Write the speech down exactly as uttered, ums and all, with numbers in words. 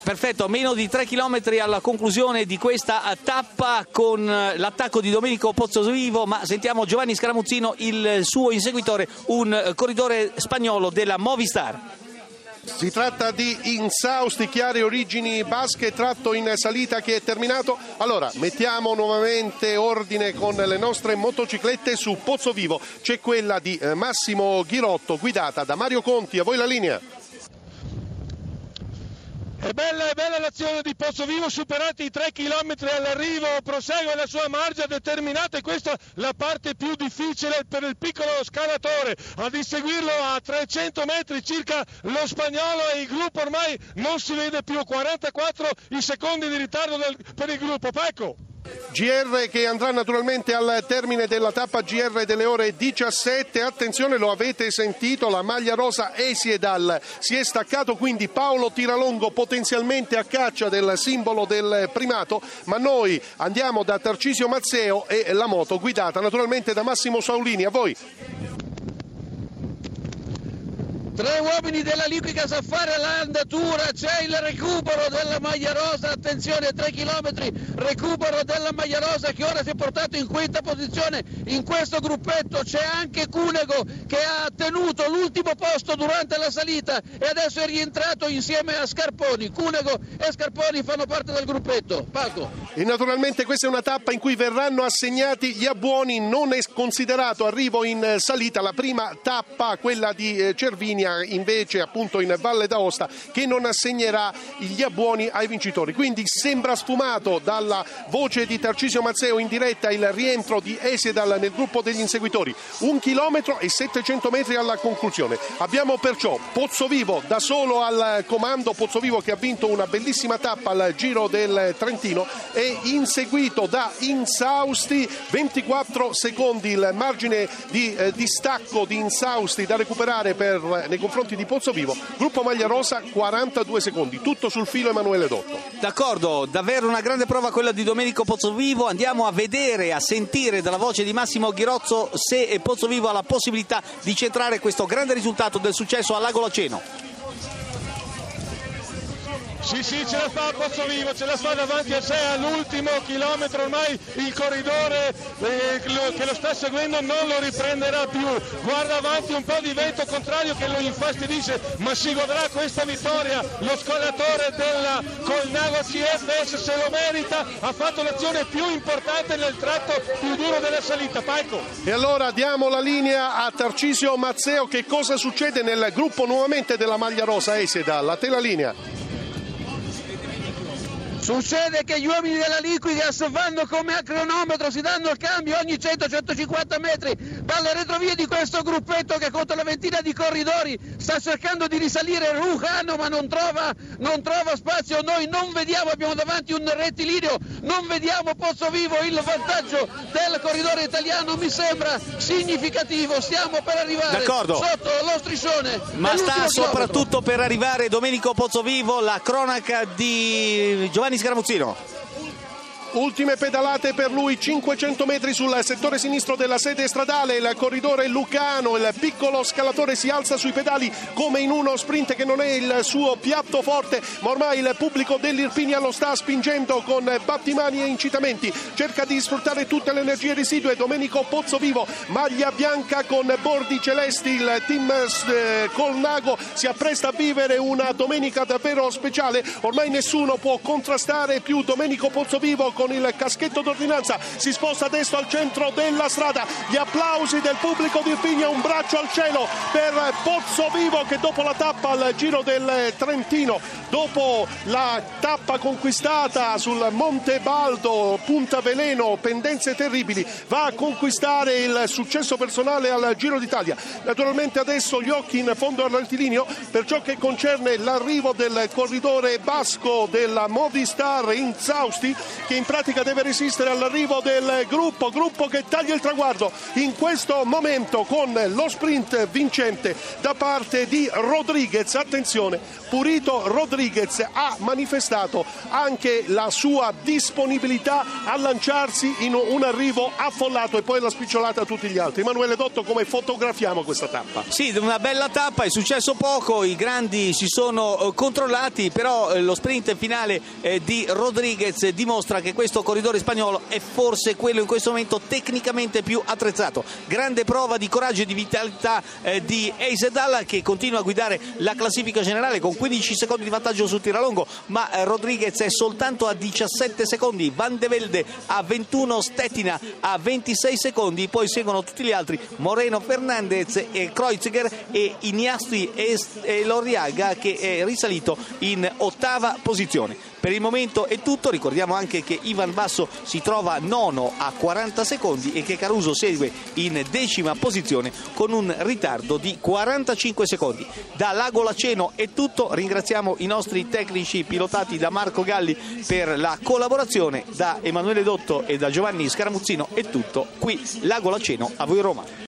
Perfetto, meno di tre chilometri alla conclusione di questa tappa con l'attacco di Domenico Pozzovivo, ma sentiamo Giovanni Scaramuzzino, il suo inseguitore, un corridore spagnolo della Movistar. Si tratta di Insausti, chiare origini basche, tratto in salita che è terminato. Allora, mettiamo nuovamente ordine con le nostre motociclette. Su Pozzovivo c'è quella di Massimo Ghirotto, guidata da Mario Conti. A voi la linea. È bella, è bella l'azione di Pozzovivo, superati i tre chilometri all'arrivo, prosegue la sua marcia determinata e questa è la parte più difficile per il piccolo scalatore. Ad inseguirlo a trecento metri circa lo spagnolo e il gruppo ormai non si vede più, quarantaquattro i secondi di ritardo del, per il gruppo. Pecco. G R che andrà naturalmente al termine della tappa G R delle ore diciassette. Attenzione, lo avete sentito, la maglia rosa Esiedal si è staccato, quindi Paolo Tiralongo potenzialmente a caccia del simbolo del primato, ma noi andiamo da Tarcisio Mazzeo e la moto guidata naturalmente da Massimo Saulini. A voi. Tre uomini della Liquigas a fare l'andatura, c'è il recupero della maglia rosa, attenzione, tre chilometri, recupero della maglia rosa che ora si è portato in quinta posizione in questo gruppetto. C'è anche Cunego che ha tenuto l'ultimo posto durante la salita e adesso è rientrato insieme a Scarponi. Cunego e Scarponi fanno parte del gruppetto. Paco. E naturalmente questa è una tappa in cui verranno assegnati gli abbuoni, non è considerato arrivo in salita la prima tappa, quella di Cervinia, invece appunto in Valle d'Aosta, che non assegnerà gli abbuoni ai vincitori. Quindi sembra sfumato dalla voce di Tarcisio Mazzeo in diretta il rientro di Esiedal nel gruppo degli inseguitori. Un chilometro e settecento metri alla conclusione. Abbiamo perciò Pozzovivo da solo al comando, Pozzovivo che ha vinto una bellissima tappa al Giro del Trentino, e inseguito da Insausti, ventiquattro secondi il margine di eh, distacco di Insausti da recuperare per nei confronti di Pozzovivo. Gruppo maglia rosa quarantadue secondi, tutto sul filo Emanuele Dotto. D'accordo, davvero una grande prova quella di Domenico Pozzovivo. Andiamo a vedere, a sentire dalla voce di Massimo Ghirozzo se Pozzovivo ha la possibilità di centrare questo grande risultato del successo al Lago Laceno. Sì, sì, ce la fa Pozzovivo, ce la fa davanti a sé all'ultimo chilometro, ormai il corridore eh, che lo sta seguendo non lo riprenderà più, guarda avanti, un po' di vento contrario che lo infastidisce, ma si godrà questa vittoria, lo scalatore della Colnago C F S se lo merita, ha fatto l'azione più importante nel tratto più duro della salita. Paico. E allora diamo la linea a Tarcisio Mazzeo. Che cosa succede nel gruppo nuovamente della maglia rosa Esiedal? A te la linea. Succede che gli uomini della Liquigas vanno come a cronometro, si danno il cambio ogni cento centocinquanta metri dalle retrovie di questo gruppetto che conta una ventina di corridori sta cercando di risalire Lugano ma non trova, non trova spazio. Noi non vediamo, abbiamo davanti un rettilineo, non vediamo Pozzovivo, il vantaggio del corridore italiano mi sembra significativo, stiamo per arrivare D'accordo. sotto lo striscione, ma sta soprattutto chilometro. Per arrivare Domenico Pozzovivo, la cronaca di Giovanni Scaramuzzino. Ultime pedalate per lui, cinquecento metri sul settore sinistro della sede stradale, il corridore Lucano, il piccolo scalatore si alza sui pedali come in uno sprint che non è il suo piatto forte, ma ormai il pubblico dell'Irpinia lo sta spingendo con battimani e incitamenti, cerca di sfruttare tutte le energie residue. Domenico Pozzovivo, maglia bianca con bordi celesti, il team Colnago si appresta a vivere una domenica davvero speciale, ormai nessuno può contrastare più Domenico Pozzovivo con il caschetto d'ordinanza, si sposta adesso al centro della strada, gli applausi del pubblico di Irpinia, un braccio al cielo per Pozzovivo che dopo la tappa al Giro del Trentino, dopo la tappa conquistata sul Monte Baldo, Punta Veleno, pendenze terribili, va a conquistare il successo personale al Giro d'Italia. Naturalmente adesso gli occhi in fondo al rettilineo per ciò che concerne l'arrivo del corridore basco della Movistar Insausti, che in pratica deve resistere all'arrivo del gruppo, gruppo che taglia il traguardo in questo momento con lo sprint vincente da parte di Rodriguez. Attenzione, Purito Rodriguez ha manifestato anche la sua disponibilità a lanciarsi in un arrivo affollato e poi la spicciolata a tutti gli altri. Emanuele Dotto, come fotografiamo questa tappa? Sì, una bella tappa, è successo poco, i grandi si sono controllati, però lo sprint finale di Rodriguez dimostra che questo corridore spagnolo è forse quello in questo momento tecnicamente più attrezzato. Grande prova di coraggio e di vitalità di Eisedal, che continua a guidare la classifica generale con quindici secondi di vantaggio su Tiralongo, ma Rodriguez è soltanto a diciassette secondi, Van de Velde a ventuno, Stettina a ventisei secondi, poi seguono tutti gli altri, Moreno, Fernandez e Kreuziger e Iniasti e Loriaga, che è risalito in ottava posizione. Per il momento è tutto, ricordiamo anche che Ivan Basso si trova nono a quaranta secondi e che Caruso segue in decima posizione con un ritardo di quarantacinque secondi. Da Lago Laceno è tutto, ringraziamo i nostri tecnici pilotati da Marco Galli per la collaborazione, da Emanuele Dotto e da Giovanni Scaramuzzino è tutto, qui Lago Laceno, a voi Roma.